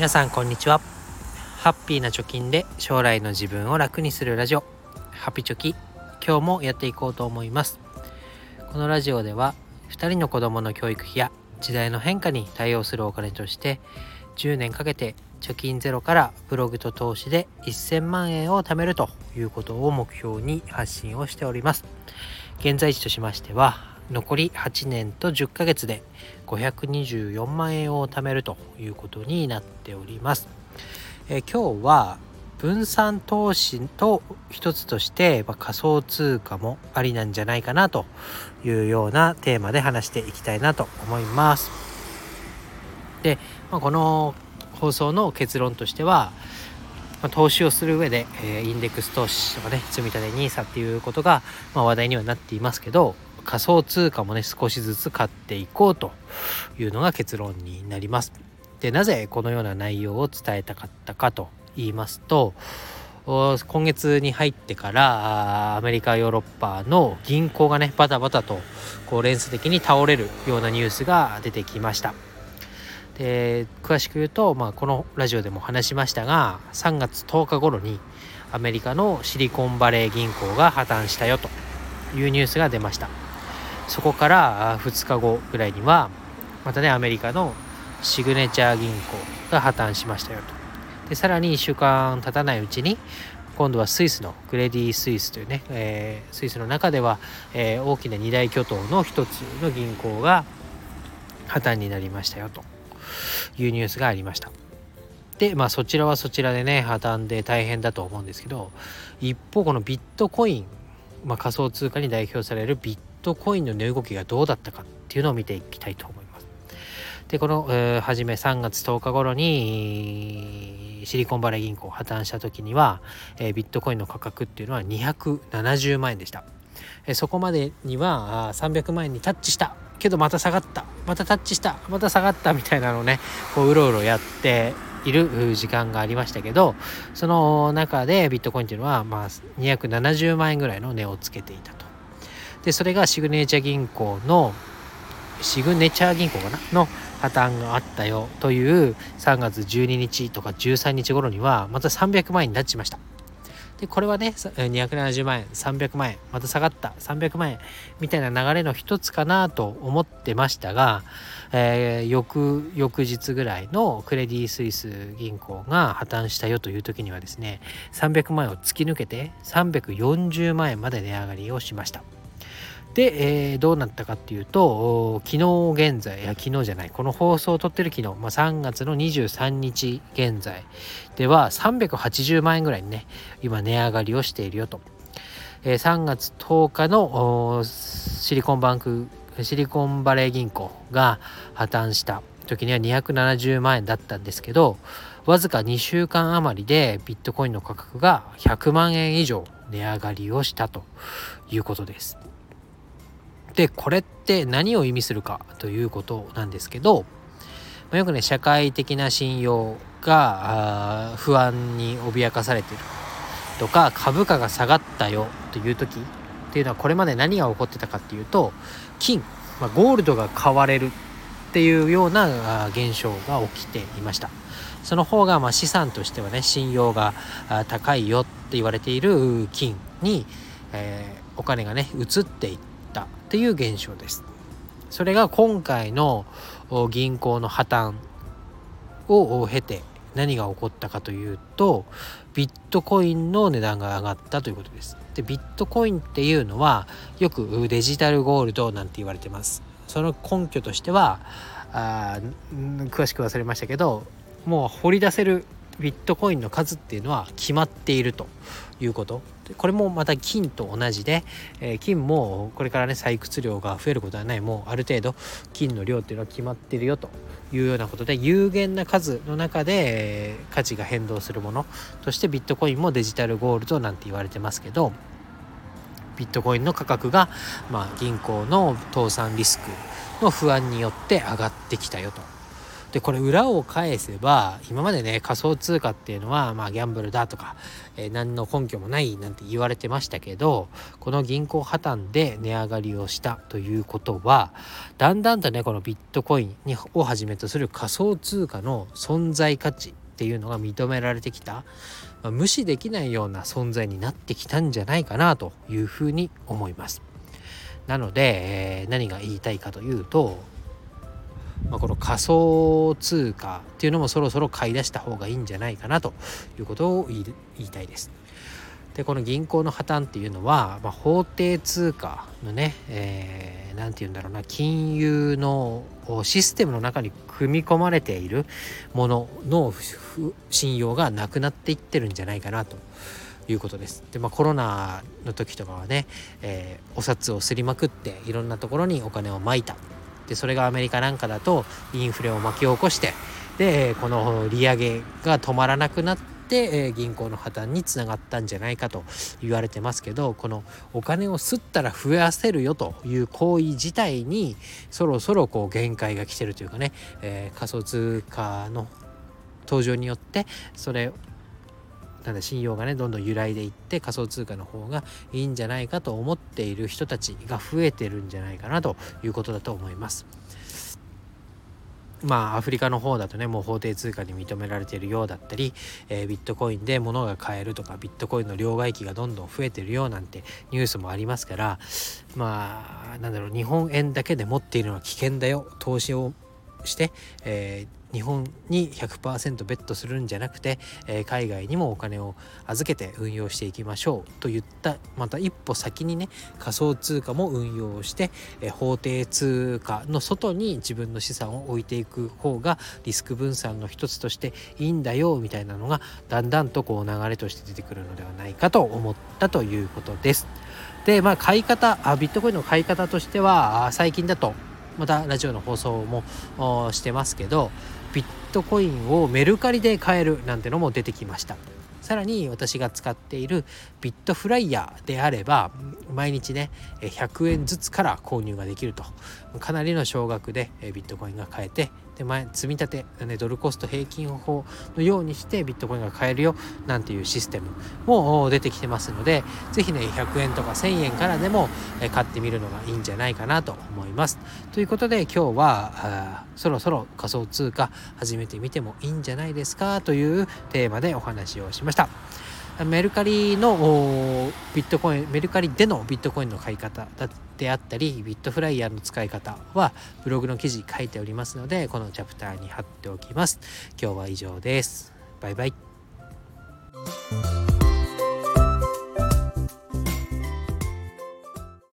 皆さんこんにちは。ハッピーな貯金で将来の自分を楽にするラジオ、ハピチョキ、今日もやっていこうと思います。このラジオでは2人の子供の教育費や時代の変化に対応するお金として10年かけて貯金ゼロからブログと投資で1000万円を貯めるということを目標に発信をしております。現在地としましては残り8年と10ヶ月で524万円を貯めるということになっております。今日は分散投資と一つとして仮想通貨もありなんじゃないかなというようなテーマで話していきたいなと思います。で、この放送の結論としては、投資をする上で、インデックス投資とかね、積立 NISA っていうことが、話題にはなっていますけど、仮想通貨もね少しずつ買っていこうというのが結論になります。で、なぜこのような内容を伝えたかったかと言いますと、今月に入ってからアメリカヨーロッパの銀行がねバタバタと連鎖的に倒れるようなニュースが出てきました。で、詳しく言うと、このラジオでも話しましたが、3月10日頃にアメリカのシリコンバレー銀行が破綻したよというニュースが出ました。そこから2日後ぐらいにはまたねアメリカのシグネチャー銀行が破綻しましたよと。で、さらに1週間経たないうちに今度はスイスのクレディ・スイスというね、スイスの中では、大きな二大巨頭の一つの銀行が破綻になりましたよというニュースがありました。で、そちらはそちらでね破綻で大変だと思うんですけど、一方このビットコイン、仮想通貨に代表されるビットコインの値動きがどうだったかっていうのを見ていきたいと思います。で、この、初め3月10日頃にシリコンバレー銀行破綻した時には、ビットコインの価格っていうのは270万円でした。そこまでには300万円にタッチしたけどまた下がった、またタッチした、また下がったみたいなのをねうろうろやっている時間がありましたけど、その中でビットコインっていうのは270万円ぐらいの値をつけていたと。で、それがシグネチャー銀行かなの破綻があったよという3月12日とか13日頃にはまた300万円になっちました。で、これはね270万円、300万円、また下がった300万円みたいな流れの一つかなと思ってましたが、翌日ぐらいのクレディ・スイス銀行が破綻したよという時にはですね、300万円を突き抜けて340万円まで値上がりをしました。で、どうなったかっていうと、昨日この放送を撮ってる昨日、3月の23日現在では380万円ぐらいにね今値上がりをしているよと。3月10日のシリコンバレー銀行が破綻した時には270万円だったんですけど、わずか2週間余りでビットコインの価格が100万円以上値上がりをしたということです。で、これって何を意味するかということなんですけど、よくね社会的な信用が不安に脅かされているとか、株価が下がったよという時っていうのは、これまで何が起こってたかっていうと、金、ゴールドが買われるっていうような現象が起きていました。その方が資産としてはね信用が高いよって言われている金に、お金がね移っていったっていう現象です。それが今回の銀行の破綻を経て何が起こったかというと、ビットコインの値段が上がったということです。で、ビットコインっていうのはよくデジタルゴールドなんて言われてます。その根拠としては詳しく忘れましたけど、もう掘り出せるビットコインの数っていうのは決まっているということ。これもまた金と同じで、金もこれからね採掘量が増えることはない、もうある程度金の量っていうのは決まっているよというようなことで、有限な数の中で価値が変動するものとしてビットコインもデジタルゴールドなんて言われてますけど、ビットコインの価格が、銀行の倒産リスクの不安によって上がってきたよとでこれ裏を返せば今までね仮想通貨っていうのはギャンブルだとか、何の根拠もないなんて言われてましたけど、この銀行破綻で値上がりをしたということはだんだんとねこのビットコインをはじめとする仮想通貨の存在価値っていうのが認められてきた、無視できないような存在になってきたんじゃないかなというふうに思います。なので、何が言いたいかというと、この仮想通貨っていうのもそろそろ買い出した方がいいんじゃないかなということを言いたいです。でこの銀行の破綻っていうのは、法定通貨のね、なんて言うんだろうな、金融のシステムの中に組み込まれているものの信用がなくなっていってるんじゃないかなということです。でコロナの時とかはね、お札をすりまくっていろんなところにお金をまいた。でそれがアメリカなんかだとインフレを巻き起こして、でこの利上げが止まらなくなって、銀行の破綻につながったんじゃないかと言われてますけど、このお金を吸ったら増やせるよという行為自体にそろそろ限界が来てるというかね、仮想通貨の登場によってそれ信用がねどんどん揺らいでいって仮想通貨の方がいいんじゃないかと思っている人たちが増えてるんじゃないかなということだと思います。アフリカの方だとねもう法定通貨に認められているようだったり、ビットコインで物が買えるとかビットコインの両替機がどんどん増えてるよなんてニュースもありますから、日本円だけで持っているのは危険だよ、投資をして、日本に 100% ベットするんじゃなくて、海外にもお金を預けて運用していきましょうといった、また一歩先にね仮想通貨も運用して、法定通貨の外に自分の資産を置いていく方がリスク分散の一つとしていいんだよみたいなのがだんだんと流れとして出てくるのではないかと思ったということです。で買い方ビットコインの買い方としては最近だとまたラジオの放送もしてますけど、ビットコインをメルカリで買えるなんてのも出てきました。さらに私が使っているビットフライヤーであれば毎日ね100円ずつから購入ができると、かなりの少額でビットコインが買えて、で積み立て、ドルコスト平均法のようにしてビットコインが買えるよなんていうシステムも出てきてますので、ぜひね100円とか1000円からでも買ってみるのがいいんじゃないかなと思います。ということで今日はそろそろ仮想通貨始めてみてもいいんじゃないですかというテーマでお話をしました。メルカリのビットコイン、メルカリでのビットコインの買い方であったりビットフライヤーの使い方はブログの記事書いておりますので、このチャプターに貼っておきます。今日は以上です。バイバイ。